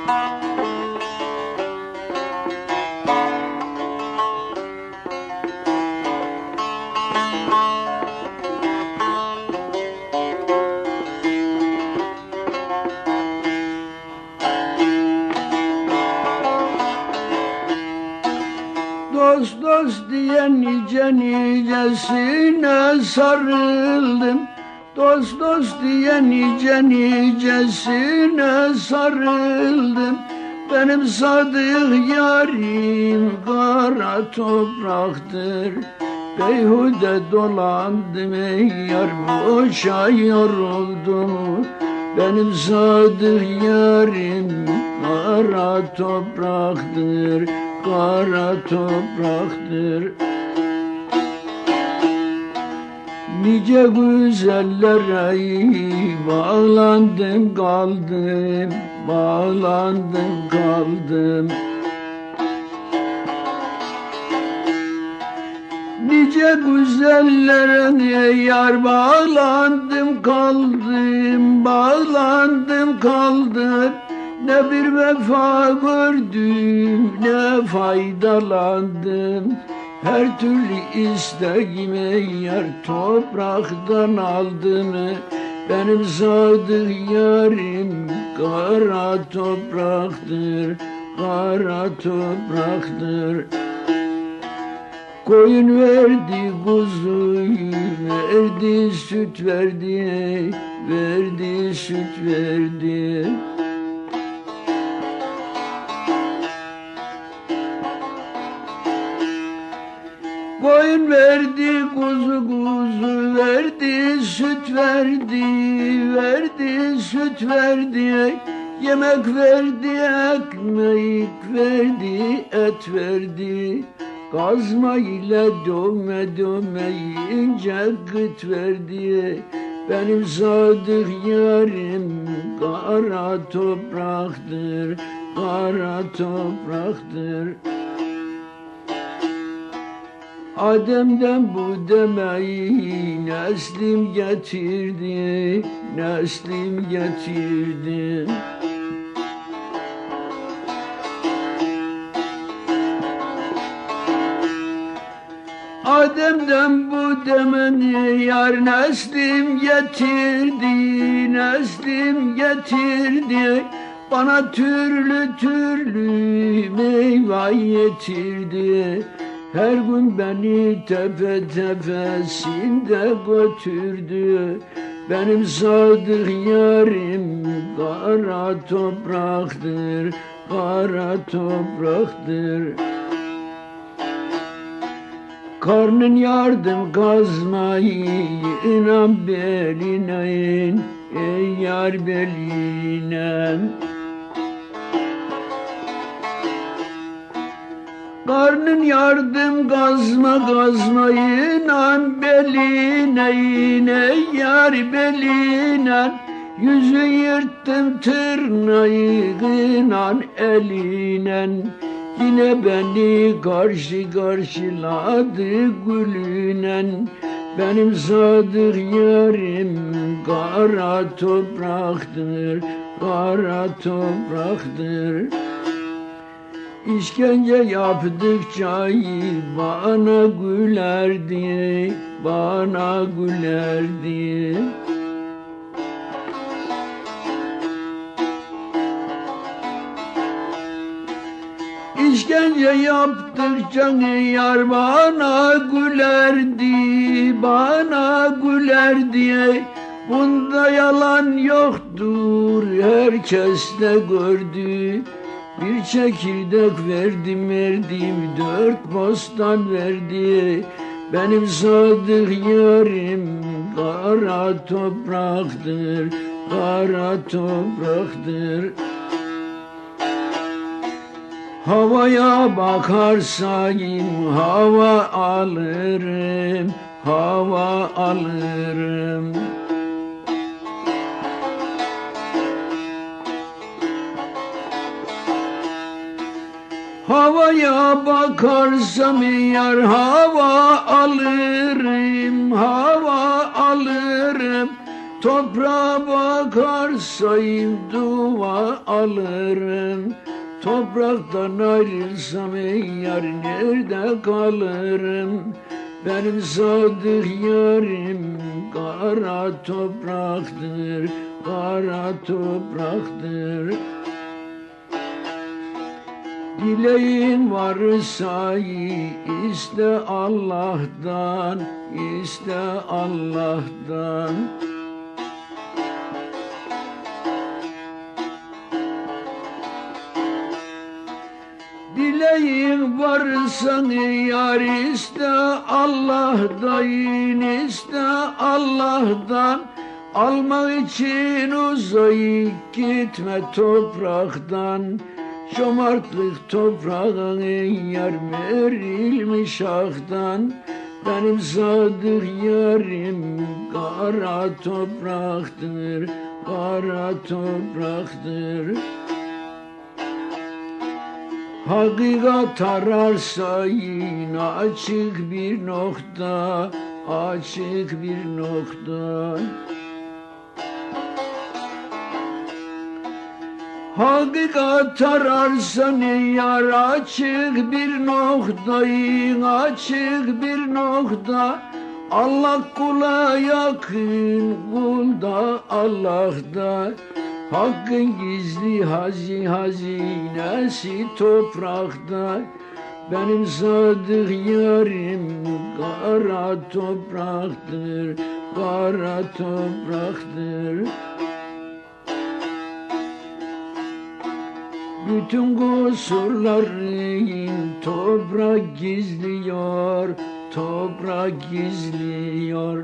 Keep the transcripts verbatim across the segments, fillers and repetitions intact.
Dost dost diye nice nicesine sarıldım. Dost dost diye nice nicesine sarıldım. Benim sadık yarim kara topraktır. Beyhude dolandım ey yar, boşa yoruldum. Benim sadık yarim kara topraktır, kara topraktır. Nice güzellere bağlandım kaldım, bağlandım kaldım. Nice güzellere yar bağlandım kaldım, bağlandım kaldım. Ne bir vefa gördüm, ne faydalandım. Her türlü isteğimi yar topraktan aldım. Benim sadık yarim kara topraktır, kara topraktır. Koyun verdi, kuzuyu verdi, süt verdi, verdi, süt verdi. Koyun verdi, kuzu kuzu verdi, süt verdi, verdi, süt verdi. Yemek verdi, ekmek verdi, et verdi. Kazma ile dövme dövme ince gıt verdi. Benim sadık yarim kara topraktır, kara topraktır. Adem'den bu demeyi neslim getirdi, neslim getirdi. Adem'den bu demeni yar neslim getirdi, neslim getirdi. Bana türlü türlü meyve getirdi. Her gün beni tepe tepesinde götürdü. Benim sadık yarim kara topraktır, kara topraktır. Karnın yardım kazmayı inan beline in, ey yar beline. Karnın yardım kazma kazmayı inan beline in, ey yar beline. Yüzü yırttım tırnağı inan eline. Yine beni karşı karşıladı gülünen. Benim sadık yarim kara topraktır, kara topraktır. İşkence yaptıkça bana gülerdi, bana gülerdi. İşkence yaptıkça yar bana gülerdi, bana gülerdi. Bunda yalan yoktur, herkes de gördü. Bir çekirdek verdim verdim, dört bostan verdi. Benim sadık yarim kara topraktır, kara topraktır. Havaya bakarsayım hava alırım, hava alırım. Havaya bakarsam yar hava alırım, hava alırım. Toprağa bakarsayım dua alırım. Topraktan ayrılsam eğer nerede kalırım? Benim sadık yarim kara topraktır, kara topraktır. Dileğin varsa iste Allah'tan, iste Allah'tan. Dileğin varsa yar iste Allah'tan, iste Allah'tan. Almak için uzayıp gitme topraktan. Cömertlik toprağın yar verilmiş aktan. Benim sadık yarim kara topraktır, kara topraktır. Hakikat ararsa yine açık bir nokta, açık bir nokta. Hakikat ararsan yar açık bir noktayı, açık bir nokta. Allah kula yakın, kul da Allah'ta. Hakkın gizli hazi hazinesi toprakta. Benim sadık yarim kara topraktır, kara topraktır. Bütün kusurların toprak gizliyor, toprak gizliyor.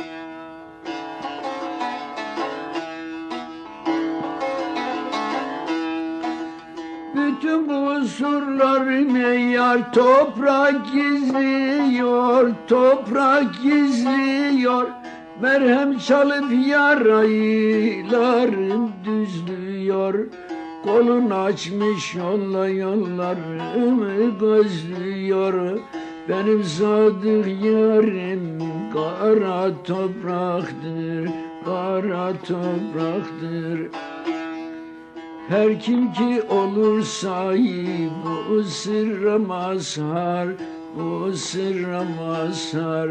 Bütün kusurlarını yar toprak gizliyor, toprak gizliyor. Merhem çalıp yaraylarım düzlüyor. Kolun açmış yolla yollarımı gözlüyor. Benim sadık yarim kara topraktır, kara topraktır. Her kim ki olur sahip bu sırra mazhar, bu sırra mazhar.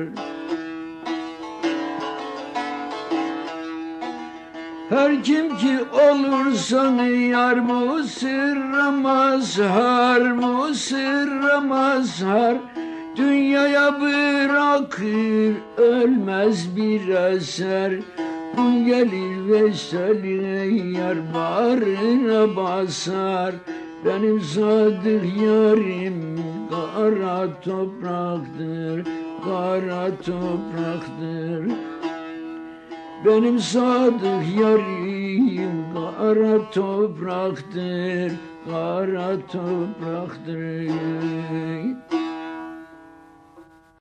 Her kim ki olursa yar bu sırra mazhar, bu sırra mazhar. Dünyaya bırakır ölmez bir eser. Bu gelir veseline yar bağrına basar. Benim sadık yarim kara topraktır, kara topraktır. Benim sadık yarim kara topraktır, kara topraktır.